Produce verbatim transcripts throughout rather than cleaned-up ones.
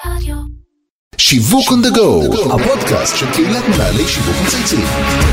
רדיו. שיווק on the go, הפודקאסט של קהילת מנהלי שיווק מצייצים.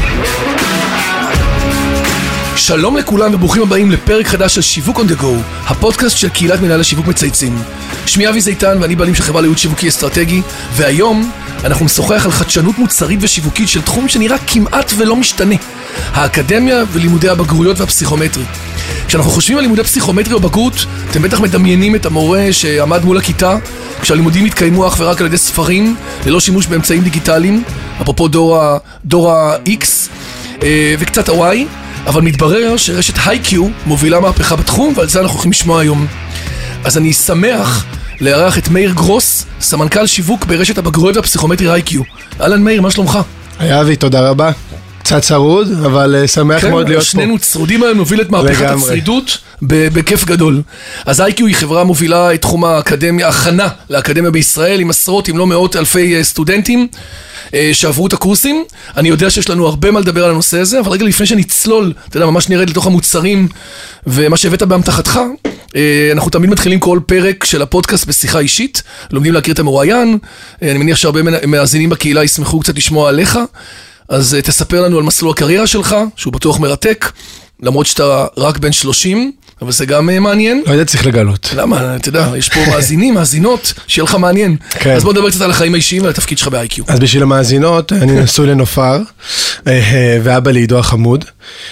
שלום לכולם וברוכים הבאים לפרק חדש של שיווק on the go, הפודקאסט של קהילת מנהלי שיווק מצייצים. שמי אבי זיתן ואני בעלים של חברה לייעוץ שיווקי אסטרטגי, והיום אנחנו משוחח על חדשנות מוצרית ושיווקית של תחום שנראה כמעט ולא משתנה, האקדמיה ולימודי הבגרויות והפסיכומטרי. כשאנחנו חושבים על לימודי פסיכומטרי או בגרות, אתם בטח מדמיינים את המורה שעמד מול הכיתה, כשהלימודים התקיימו אך ורק על ידי ספרים, ללא שימוש באמצעים דיגיטליים, אפרופו דור ה- דור ה-X אה, וקצת ה-Y, אבל מתברר שרשת היי-קיו מובילה מהפכה בתחום, ועל זה אנחנו הולכים לשמוע היום. אז אני שמח לארח את מאיר גרוס, סמנכ"ל שיווק ברשת הבגרויות והפסיכומטרי היי-קיו. אהלן מאיר, מה שלומך? היי אבי, תודה רבה. קצת צרוד, אבל שמח כן, מאוד להיות פה. שנינו צרודים היום, נוביל את מהפכת לגמרי. הצרידות בכיף גדול. אז היי-קיו היא חברה מובילה את תחום האקדמיה, הכנה לאקדמיה בישראל, עם עשרות, אם לא מאות אלפי סטודנטים שעברו את הקורסים. אני יודע שיש לנו הרבה מה לדבר על הנושא הזה, אבל רגע לפני שנצלול, אתה יודע, ממש נרד לתוך המוצרים ומה שהבאת באמתחתך, אנחנו תמיד מתחילים כל פרק של הפודקאסט בשיחה אישית, לומדים להכיר את המרואיין. אני מניח שהרבה מאזינים בקהילה ישמחו קצת לשמוע עליך. אז תספר לנו על מסלול הקריירה שלך, שהוא בטוח מרתק, למרות שאתה רק בן שלושים, אבל זה גם מעניין. לא יודע, צריך לגלות. למה? אתה יודע, יש פה מאזינים, מאזינות, שיהיה לך מעניין. כן. אז בוא נדבר קצת על החיים האישיים ועל התפקיד שלך ב-איי-קיו. אז בשביל המאזינות, אני נשוי לנופר, ואבא לעידו החמוד.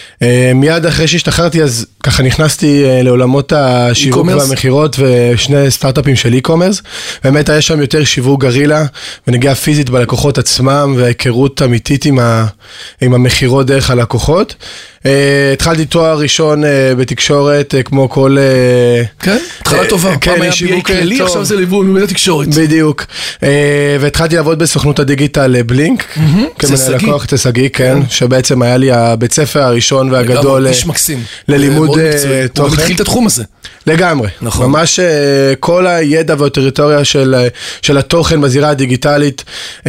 מיד אחרי שהשתחררתי, אז ככה נכנסתי לעולמות השיווק והמחירות ושני סטארט-אפים של אי-קומרס. באמת היה שם יותר שיווק גרילה ונגיעה פיזית בלקוחות עצמם והיכרות אמיתית עם, ה... עם המחירות דרך הלקוחות. התחלתי תואר ראשון בתקשורת כמו כל... כן? התחלה טובה. פעם היה בי איי כללי, עכשיו זה ליווי בתקשורת. בדיוק. והתחלתי לעבוד בסוכנות הדיגיטל בלינק. כמנהל לקוח תסגי, כן. שבעצם היה לי הבית ספר הראשון והגדול ללימוד תוכן. הוא מתחיל את התחום הזה. לגמרי. ממש כל הידע והטריטוריה של התוכן בזירה הדיגיטלית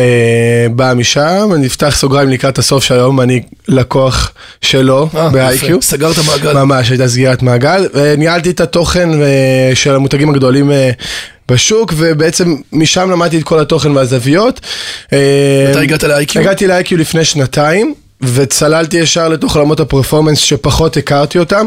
באה משם. נפתח סוגריים לקראת הסוף שהיום אני לקוח שלו ב-איי-קיו. סגרת מעגל. ממש, הייתה סגירת מעגל. וניהלתי את התוכן של המותגים הגדולים בשוק, ובעצם משם למדתי את כל התוכן והזוויות. אתה הגעת ל-איי-קיו? הגעתי ל-איי-קיו לפני שנתיים. וצללתי ישר לתוך עולמות הפרפורמנס שפחות הכרתי אותם,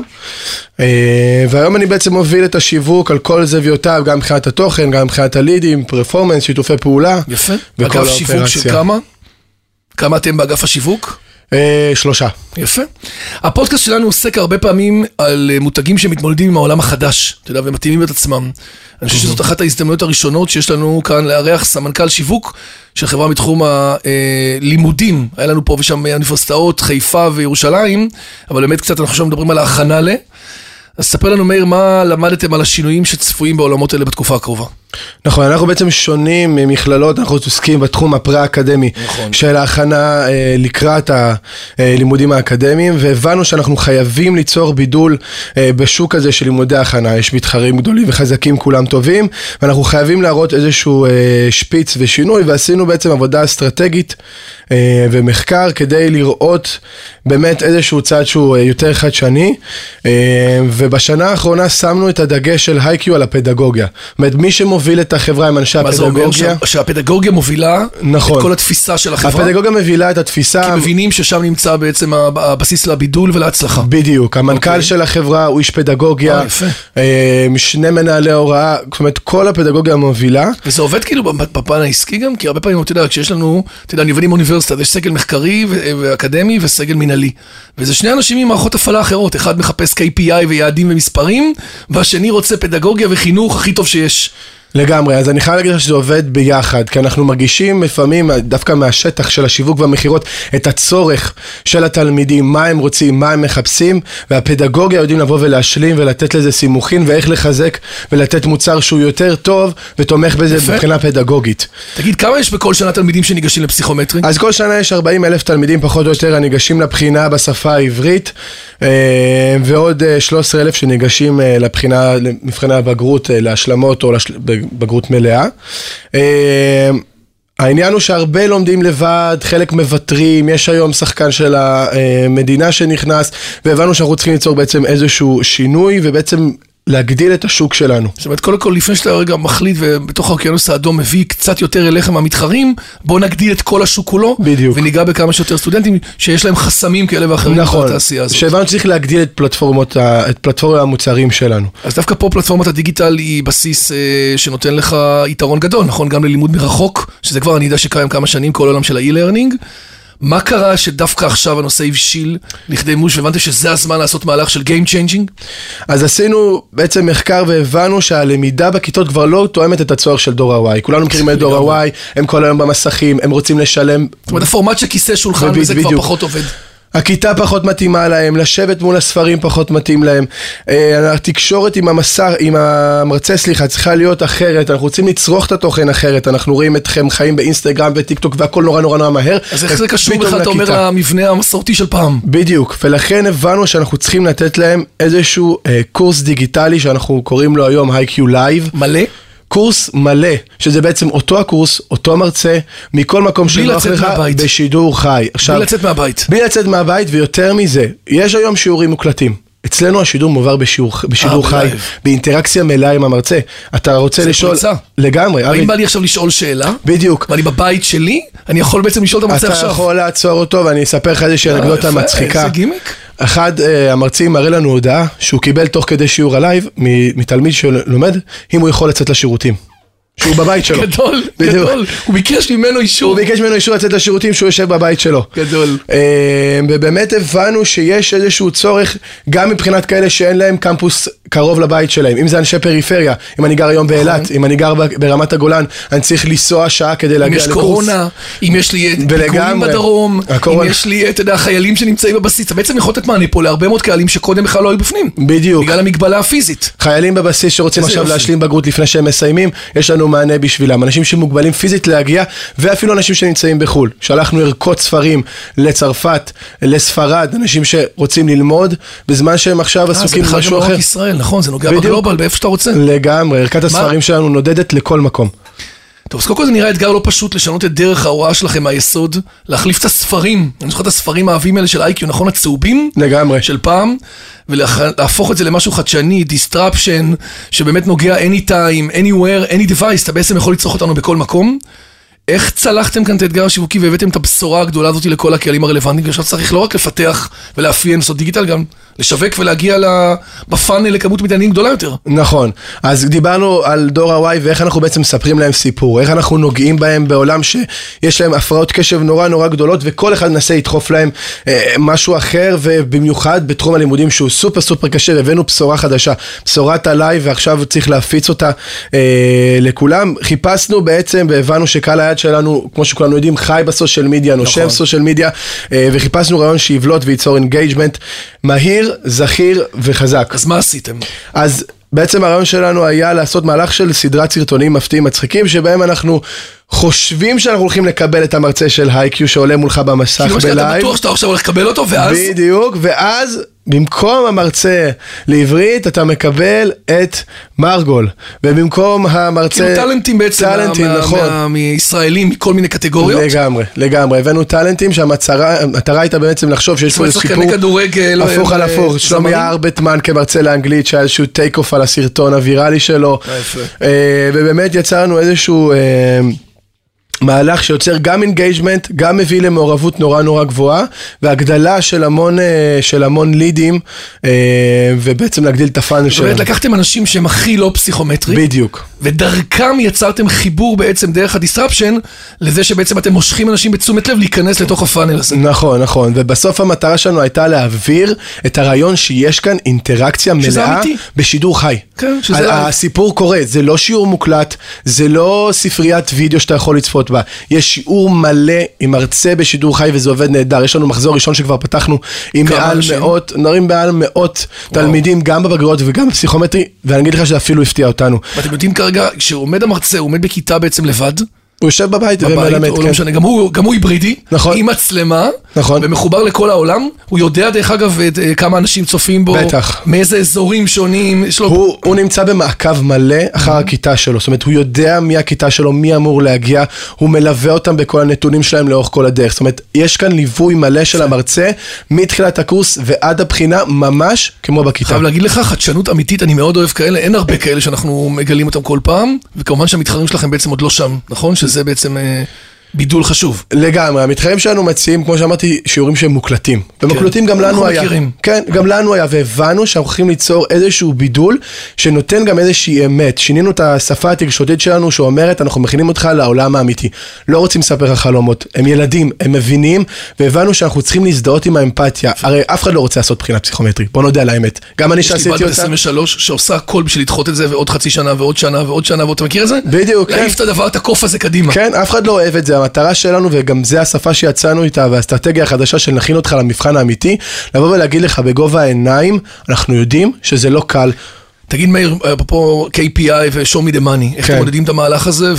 והיום אני בעצם מוביל את השיווק על כל זוויותיו, גם מבחינת התוכן, גם מבחינת הלידים, פרפורמנס, שיתופי פעולה. יפה. אגף שיווק של כמה? כמה אתם באגף השיווק? שלושה. יפה. הפודקאסט שלנו עוסק הרבה פעמים על מותגים שמתמודדים עם העולם החדש, אתה יודע, ומתאימים את עצמם. אני חושב שזאת אחת ההזדמנויות הראשונות שיש לנו כאן לארח סמנכ"ל שיווק של חברה מתחום הלימודים. היה לנו פה ושם אוניברסיטאות, חיפה וירושלים, אבל באמת קצת אנחנו עכשיו מדברים על ההכנה ל... אז ספר לנו מאיר, מה למדתם על השינויים שצפויים בעולמות האלה בתקופה הקרובה? נכון, אנחנו בעצם שונים ממכללות, אנחנו עוסקים בתחום הפרה-אקדמי נכון. של ההכנה אה, לקראת הלימודים האקדמיים, והבנו שאנחנו חייבים ליצור בידול אה, בשוק הזה של לימודי ההכנה. יש מתחרים גדולים וחזקים, כולם טובים, ואנחנו חייבים להראות איזשהו אה, שפיץ ושינוי, ועשינו בעצם עבודה אסטרטגית אה, ומחקר כדי לראות באמת איזשהו צעד שהוא אה, יותר חדשני, אה, ובשנה האחרונה שמנו את הדגש של היי-קיו על הפדגוגיה. זאת אומרת, מי שמוביל את החברה עם אנשי הפדגוגיה. מה זה אומר? שהפדגוגיה מובילה נכון. את כל התפיסה של החברה? הפדגוגיה מובילה את התפיסה. כי מבינים ששם נמצא בעצם הבסיס לבידול ולהצלחה. בדיוק. המנכ"ל okay. של החברה הוא איש פדגוגיה. אה, שני מנהלי הוראה. זאת אומרת, כל הפדגוגיה מובילה. וזה עובד כאילו בפן העסקי גם? כי הרבה פעמים, אתה יודע, כשיש לנו, אתה יודע, אני עובד עם אוניברסיטה, יש סגל מחקרי ואקדמי וסגל מנהלי. וזה שני אנשים עם מערכות הפעלה אחרות. אחד מחפש קיי פי איי ויעדים ומספרים, והשני רוצה פדגוגיה וחינוך הכי טוב שיש. לגמרי, אז אני חייב להגיד לך שזה עובד ביחד, כי אנחנו מרגישים לפעמים, דווקא מהשטח של השיווק והמחירות, את הצורך של התלמידים, מה הם רוצים, מה הם מחפשים, והפדגוגיה יודעים לבוא ולהשלים ולתת לזה סימוכין, ואיך לחזק ולתת מוצר שהוא יותר טוב, ותומך בזה מבחינה פדגוגית. תגיד, כמה יש בכל שנה תלמידים שניגשים לפסיכומטרי? אז כל שנה יש ארבעים אלף תלמידים, פחות או יותר, הניגשים לבחינה בשפה העברית, ועוד שלושה עשר אלף שניגשים לבחינה, מבחינה הבגרות, להשלמות או בגרות מלאה. העניין הוא שהרבה לומדים לבד, חלק מבטרים, יש היום שחקן של המדינה שנכנס, והבנו שאנחנו צריכים ליצור בעצם איזשהו שינוי, ובעצם להגדיל את השוק שלנו. זאת אומרת, קודם כל, לפני שאתה רגע מחליט ובתוך האוקיינוס האדום מביא קצת יותר אליכם מהמתחרים, בוא נגדיל את כל השוק כולו, בדיוק. וניגע בכמה שיותר סטודנטים שיש להם חסמים כאלה ואחרים נכון, בתעשייה הזאת. שהבנו שצריך להגדיל את פלטפורמות, את פלטפורמות המוצרים שלנו. אז דווקא פה פלטפורמת הדיגיטל היא בסיס אה, שנותן לך יתרון גדול, נכון? גם ללימוד מרחוק, שזה כבר אני יודע שקיים כמה שנים, כל העולם של האי-לרנינג. מה קרה שדווקא עכשיו הנושא הבשיל לכדי מוש, והבנתם שזה הזמן לעשות מהלך של Game Changing? אז עשינו בעצם מחקר והבנו שהלמידה בכיתות כבר לא תואמת את הצורך של דור ה-Y. כולנו מכירים את דור ה-Y, הם כל היום במסכים, הם רוצים לשלם. זאת אומרת, הפורמט של כיסא שולחן וזה כבר פחות עובד. הכיתה פחות מתאימה להם, לשבת מול הספרים פחות מתאים להם, התקשורת עם המסר, עם המרצה, סליחה, צריכה להיות אחרת, אנחנו רוצים לצרוך את התוכן אחרת, אנחנו רואים אתכם חיים באינסטגרם וטיקטוק והכל נורא נורא נורא מהר. אז איך זה קשור בכלל, אתה אומר, למבנה המסורתי של פעם? בדיוק, ולכן הבנו שאנחנו צריכים לתת להם איזשהו אה, קורס דיגיטלי שאנחנו קוראים לו היום איי קיו Live. מלא? קורס מלא, שזה בעצם אותו הקורס, אותו מרצה, מכל מקום שנוח לך, בשידור חי. בלי לצאת מהבית. בלי לצאת מהבית, ויותר מזה, יש היום שיעורים מוקלטים. אצלנו השידור מועבר בשיעור, בשידור חי, באינטראקציה מלאה עם המרצה. אתה רוצה לשאול... זה פריצה. לגמרי. אם בא לי עכשיו לשאול שאלה, בדיוק. ואני בבית שלי, אני יכול בעצם לשאול את המרצה עכשיו. אתה יכול לעצור אותו, ואני אספר לך איזושהי אנקדוטה מצחיקה. איזה גימיק. אחד המרצים מראה לנו הודעה, שהוא קיבל תוך כדי שיעור הלייב, מתלמיד שלומד, אם הוא יכול לצאת לשירותים. שהוא בבית שלו. גדול, גדול. הוא ביקש ממנו אישור. הוא ביקש ממנו אישור לצאת לשירותים שהוא יושב בבית שלו. גדול. ובאמת הבנו שיש איזשהו צורך, גם מבחינת כאלה שאין להם קמפוס קרוב לבית שלהם. אם זה אנשי פריפריה, אם אני גר היום באילת, אם אני גר ברמת הגולן, אני צריך לנסוע שעה כדי להגיע לקורס. אם יש קורונה, אם יש לי פיגועים בדרום, אם יש לי, אתה יודע, חיילים שנמצאים בבסיס. אתה בעצם יכול לתת מענה פה להרבה מאוד קהלים שקודם בכלל לא היו בפנים. בדיוק. בגלל המגבלה הפיזית. חיילים בבסיס שרוצים עכשיו להשלים בגרות לפני שהם מסיימים, יש לנו מענה בשבילם. אנשים שמוגבלים פיזית להגיע, ואפילו אנשים שנמצאים בחול. שלחנו ערכות ספרים לצרפת, לספרד, אנשים שרוצים ללמוד, בזמן שהם עכשיו עסוקים משהו אחר. ישראל, נכון, זה נוגע בגלובל, באיפה שאתה רוצה. לגמרי, ערכת הספרים שלנו נודדת לכל מקום. טוב, אז קודם כל זה נראה אתגר לא פשוט לשנות את דרך ההוראה שלכם מהיסוד, להחליף את הספרים, אני זוכר את הספרים האהבים האלה של איי קיו, נכון? הצהובים? לגמרי. של פעם, ולהפוך את זה למשהו חדשני, disruption, שבאמת נוגע anytime, anywhere, any device, אתה בעצם יכול לצרוך אותנו בכל מקום. איך צלחתם כאן את האתגר השיווקי והבאתם את הבשורה הגדולה הזאת לכל הקהלים הרלוונטיים? עכשיו צריך לא רק לפתח ולהפיין לעשות דיגיטל, גם לשווק ולהגיע בפאנל לכמות מתעניינים גדולה יותר. נכון. אז דיברנו על דור ה-Y ואיך אנחנו בעצם מספרים להם סיפור, איך אנחנו נוגעים בהם בעולם שיש להם הפרעות קשב נורא נורא גדולות, וכל אחד נסה לדחוף להם אה, משהו אחר, ובמיוחד בתחום הלימודים שהוא סופר סופר קשה, הבאנו בשורה חדשה, בשורת הלייב, ועכשיו צריך להפיץ אותה אה, לכולם. חיפשנו בעצם והבנו שקהל היעד שלנו, כמו שכולנו יודעים, חי בסושיאל מדיה, נושב סושיאל מדיה, וחיפשנו רעיון שיבלוט וייצור אינגייג'מנט מהיר, זכיר וחזק. אז מה עשיתם? אז בעצם הרעיון שלנו היה לעשות מהלך של סדרת סרטונים מפתיעים מצחיקים, שבהם אנחנו חושבים שאנחנו הולכים לקבל את המרצה של איי קיו שעולה מולך במסך בלייב. אתה בטוח שאתה עכשיו הולך לקבל אותו, ואז... בדיוק, ואז במקום המרצה לעברית, אתה מקבל את מרגול, ובמקום המרצה... כאילו טלנטים בעצם, טלנטים, מה, נכון. מה, מישראלים, מכל מיני קטגוריות. לגמרי, לגמרי. הבאנו טלנטים שהמטרה הייתה בעצם לחשוב שיש פה סיפור הפוך על הפוך. שלומי ארבטמן כמרצה לאנגלית, שהיה איזשהו טייק אוף על הסרטון הוויראלי שלו, ובאמת יצרנו איזשהו... מהלך שיוצר גם אינגייג'מנט, גם מביא למעורבות נורא נורא גבוהה, והגדלה של המון, של המון לידים, ובעצם להגדיל את הפאנל שלהם. זאת אומרת, לקחתם אנשים שהם הכי לא פסיכומטרי. בדיוק. ודרכם יצרתם חיבור בעצם דרך הדיסטרפשן, לזה שבעצם אתם מושכים אנשים בתשומת לב להיכנס לתוך הפאנל הזה. נכון, נכון. ובסוף המטרה שלנו הייתה להעביר את הרעיון שיש כאן אינטראקציה מלאה בשידור חי. כן, שזה... הסיפור קורה, זה לא שיעור מוקלט, זה לא ספריית וידאו שאתה יכול לצפות בה. יש שיעור מלא עם מרצה בשידור חי, וזה עובד נהדר. יש לנו מחזור ראשון שכבר פתחנו עם מעל מאות, נרים מעל מאות תלמידים, גם בבגרויות וגם בפסיכומטרי, ואני אגיד לך שזה אפילו הפתיע אותנו. ואתם יודעים כרגע, כשעומד המרצה, הוא עומד בכיתה בעצם לבד, הוא יושב בבית ומלמד, כן. לא משנה, גם הוא, גם הוא היברידי, נכון. עם מצלמה, נכון. ומחובר לכל העולם, הוא יודע דרך אגב כמה אנשים צופים בו, בטח. מאיזה אזורים שונים, יש לו... הוא, הוא נמצא במעקב מלא אחר הכיתה שלו, זאת אומרת, הוא יודע מי הכיתה שלו, מי אמור להגיע, הוא מלווה אותם בכל הנתונים שלהם לאורך כל הדרך, זאת אומרת, יש כאן ליווי מלא של המרצה, מתחילת הקורס ועד הבחינה, ממש כמו בכיתה. חייב להגיד לך, חדשנות אמיתית, אני מאוד אוהב כאלה, אין הרבה כאלה שאנחנו מגלים אותם כל פעם, וכמובן שהמתחרים שלכם בעצם עוד לא שם, נכון? שזה בעצם אה, בידול חשוב. לגמרי, המתחרים שלנו מציעים, כמו שאמרתי, שיעורים שהם מוקלטים. ומוקלטים גם לנו היה. מכירים. כן, גם לנו היה, והבנו שאנחנו הולכים ליצור איזשהו בידול, שנותן גם איזושהי אמת. שינינו את השפה התקשורתית שלנו, שאומרת, אנחנו מכינים אותך לעולם האמיתי. לא רוצים לספר לך חלומות. הם ילדים, הם מבינים, והבנו שאנחנו צריכים להזדהות עם האמפתיה. הרי אף אחד לא רוצה לעשות בחינה פסיכומטרית. בוא נודה על האמת. גם אני שעשיתי אותה. יש לי בת עשרים ושלוש שעושה הכל בשביל לדחות את זה, ועוד חצי שנה ועוד שנה ועוד שנה, ואתה מכיר את זה? בדיוק, כן. להעיף את הדבר, את הקוף הזה קדימה. כן, אף אחד לא אוהב את זה. המטרה שלנו, וגם זה השפה שיצאנו איתה, והאסטרטגיה החדשה של נכין אותך למבחן האמיתי, לבוא ולהגיד לך בגובה העיניים, אנחנו יודעים שזה לא קל. תגיד מאיר, פה קיי פי איי ו-Show me the money, איך כן. אתם מודדים את המהלך הזה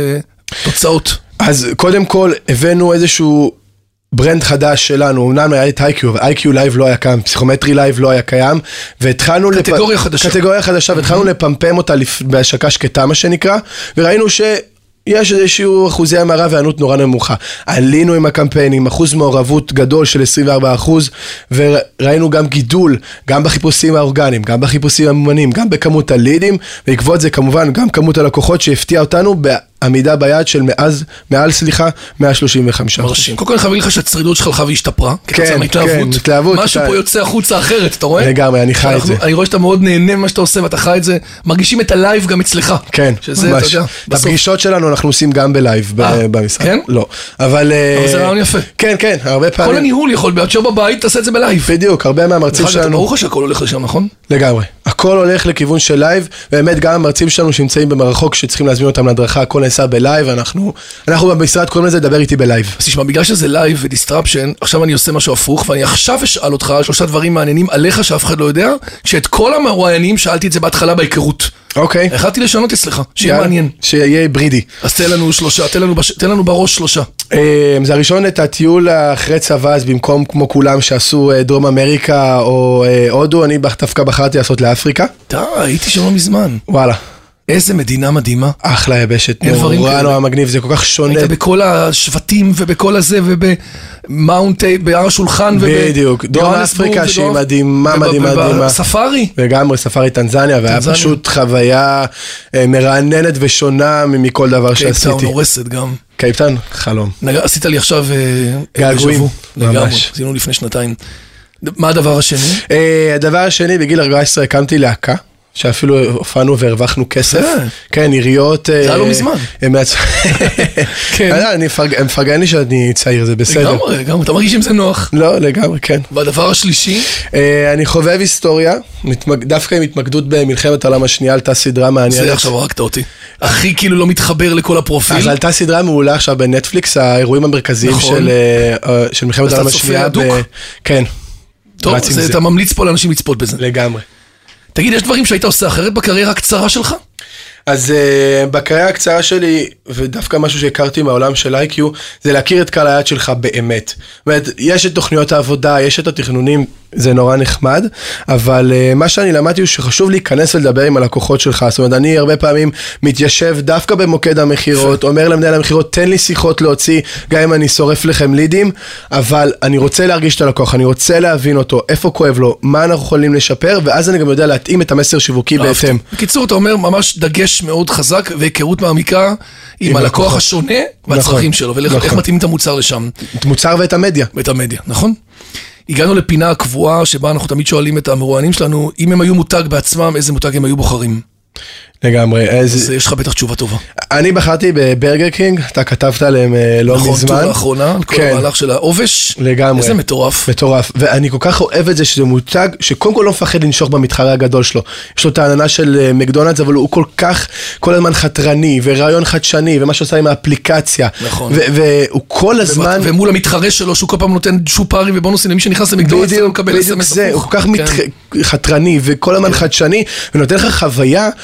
ותוצאות? אז קודם כל, הבאנו איזשהו ברנד חדש שלנו, אמנם היה את איי-קיו, אבל איי-קיו לייב לא היה קיים, פסיכומטרי לייב לא היה קיים, והתחלנו... קטגוריה לפ... חדשה. קטגוריה חדשה, והתחלנו לפמפם אותה לפ... בהשקה שקטה, מה שנקרא, וראינו ש... יש איזשהו אחוזי המרה והענות נורא נמוכה. עלינו עם הקמפיינים, אחוז מעורבות גדול של עשרים וארבעה אחוז, וראינו גם גידול, גם בחיפושים האורגניים, גם בחיפושים הממונים, גם בכמות הלידים, בעקבות זה כמובן גם כמות הלקוחות שהפתיע אותנו בעמידה ביד של מאז, מעל סליחה, מאה שלושים וחמישה. מרשים. קודם כל אני חייב להגיד לך שהצרידות שלך הלכה והשתפרה, כתוצאה מהתלהבות. התלהבות. משהו פה יוצא החוצה אחרת, אתה רואה? לגמרי, אני חי את זה. אני רואה שאתה מאוד נהנה ממה שאתה עושה ואתה חי את זה, מרגישים את הלייב גם אצלך. כן, ממש. את הפגישות שלנו אנחנו עושים גם בלייב במשרד. כן? לא. אבל... אבל זה רעיון יפה. כן, כן, הרבה פעמים. כל הניהול יכול, בהתשר בבית, תעשה את זה בלייב. בדיוק, הרבה מהמרצים שלנו... ברור לך שהכל הולך לשם, נכון? לגמרי. הכל הולך לכיוון של לייב, ובאמת גם המרצים שלנו שנמצאים במרחוק, שצריכים להזמין אותם להדרכה, הכל נעשה בלייב, אנחנו, אנחנו במשרד קוראים לזה, דבר איתי בלייב. אז תשמע, בגלל שזה לייב ודיסטרפשן, עכשיו אני עושה משהו הפוך, ואני עכשיו אשאל אותך שלושה דברים מעניינים עליך שאף אחד לא יודע, כשאת כל המרואיינים שאלתי את זה בהתחלה בהיכרות. אוקיי. החלטתי לשנות אצלך, שיהיה מעניין. שיהיה היברידי. אז תן לנו שלושה, תן לנו, בש... תן לנו בראש שלושה. זה הראשון את הטיול אחרי צבא, אז במקום כמו כולם שעשו דרום אמריקה או הודו, אני דווקא בחרתי לעשות לאפריקה. די, הייתי שם לא מזמן. וואלה. איזה מדינה מדהימה. אחלה יבשת, נורא נורא מגניב, זה כל כך שונה. היית בכל השבטים ובכל הזה ובמאונטי, בהר השולחן. בדיוק, דרום אפריקה שהיא מדהימה, מדהימה, מדהימה. ספארי. לגמרי, ספארי טנזניה, והיה פשוט חוויה מרעננת ושונה מכל דבר שעשיתי. קייפטאון הורסת גם. קייפטאון, חלום. עשית לי עכשיו געגועים, ממש. עשינו לפני שנתיים. מה הדבר השני? הדבר השני, בגיל ארבע עשרה הקמתי להקה. שאפילו הופענו והרווחנו כסף. כן, עיריות... זה היה לא מזמן. אני מפרגן לי שאני צעיר, זה בסדר. לגמרי, לגמרי, אתה מרגיש עם זה נוח. לא, לגמרי, כן. והדבר השלישי? אני חובב היסטוריה, דווקא עם התמקדות במלחמת העולם השנייה, עלתה סדרה מעניינת. זה עכשיו הרגת אותי. הכי כאילו לא מתחבר לכל הפרופיל. אז עלתה סדרה מעולה עכשיו בנטפליקס, האירועים המרכזיים של מלחמת העולם השנייה. כן. טוב, אתה ממליץ פה לאנשים לצפות בזה. לגמרי. תגיד, יש דברים שהיית עושה אחרת בקריירה הקצרה שלך? אז uh, בקריירה הקצרה שלי, ודווקא משהו שהכרתי מהעולם של איי-קיו, זה להכיר את קהל היעד שלך באמת. זאת אומרת, יש את תוכניות העבודה, יש את התכנונים, זה נורא נחמד, אבל uh, מה שאני למדתי הוא שחשוב להיכנס ולדבר עם הלקוחות שלך. זאת אומרת, אני הרבה פעמים מתיישב דווקא במוקד המחירות, אומר למנהל המחירות, תן לי שיחות להוציא, גם אם אני שורף לכם לידים, אבל אני רוצה להרגיש את הלקוח, אני רוצה להבין אותו, איפה כואב לו, מה אנחנו יכולים לשפר, ואז אני גם יודע להתאים את המסר שיווקי בהתאם. בקיצור, אתה אומר ממש דגש מאוד חזק והיכרות מעמיקה עם הלקוח השונה והצרכים שלו, ואיך מתאים את המוצר לשם. את המוצר ואת המדיה. ואת המדיה, נכון? הגענו לפינה הקבועה שבה אנחנו תמיד שואלים את המרואיינים שלנו, אם הם היו מותג בעצמם, איזה מותג הם היו בוחרים? לגמרי. אז יש לך בטח תשובה טובה. אני בחרתי בברגר קינג, אתה כתבת עליהם לא מזמן. נכון, טוב לאחרונה, על כל המהלך של העובש. לגמרי. איזה מטורף. מטורף. ואני כל כך אוהב את זה שזה מותג שקודם כל לא מפחד לנשוך במתחרה הגדול שלו. יש לו את העננה של מקדונלדס, אבל הוא כל כך, כל הזמן חתרני, ורעיון חדשני, ומה שעושה עם האפליקציה. נכון. והוא כל הזמן... ומול המתחרה שלו, שהוא כל פעם נותן שופרים ובונוסים למי שנכנס למקדונלדס, הוא מקבל אס אם אס הפוך. הוא כל כך חתרני, וכל הזמן חדשני, ונותן לך חוויה, הרי בסוף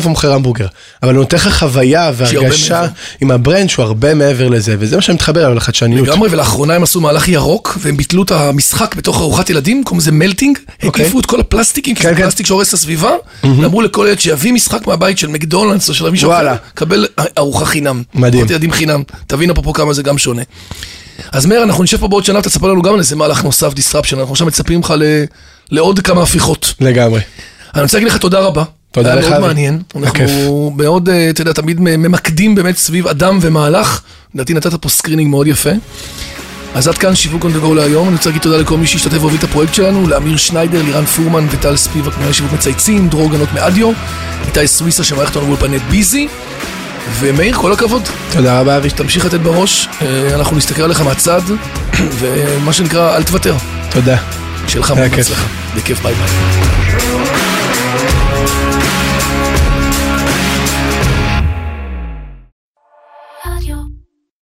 הוא מוכר המבורגר, אבל הוא נותן לך חוויה והרגשה עם הברנד שהוא הרבה מעבר לזה, וזה מה שמתחבר עליו לחדשניות. לגמרי, ולאחרונה הם עשו מהלך ירוק, והם ביטלו את המשחק בתוך ארוחת ילדים, קוראים לזה מלטינג, הקיפו את כל הפלסטיקים, כי זה פלסטיק שהורס את הסביבה, ואמרו לכל ילד שיביא משחק מהבית של מקדונלדס או של מישהו אחר, קבל ארוחה חינם. מדהים. ארוחת ילדים חינם. תבין פה כמה זה גם שונה. אז מאיר, אנחנו נשב פה בעוד שנה, תספר לנו גם על איזה מהלך נוסף, דיסטרפשן, אנחנו עכשיו מצפים לך לעוד כמה הפיכות. לגמרי. אני רוצה להגיד לך תודה רבה. תודה לך. היה מאוד מעניין. אנחנו מאוד, אתה יודע, תמיד ממקדים באמת סביב אדם ומהלך. לדעתי נתת פה סקרינינג מאוד יפה. אז עד כאן שיווק on the go להיום. אני רוצה להגיד תודה לכל מי שהשתתף והוביל את הפרויקט שלנו, לאמיר שניידר, לירן פורמן וטל ספיבק, מנהל שיווק מצייצים, דרור גנות מאדיו, איתי סוויסה שמערכת לנו באולפני ביזי. ומאיר, כל הכבוד. תודה רבה, אבי. תמשיך לתת בראש, אנחנו נסתכל עליך מהצד, ומה שנקרא, אל תוותר. תודה. שלך מאוד מצלחה. בכיף, ביי ביי.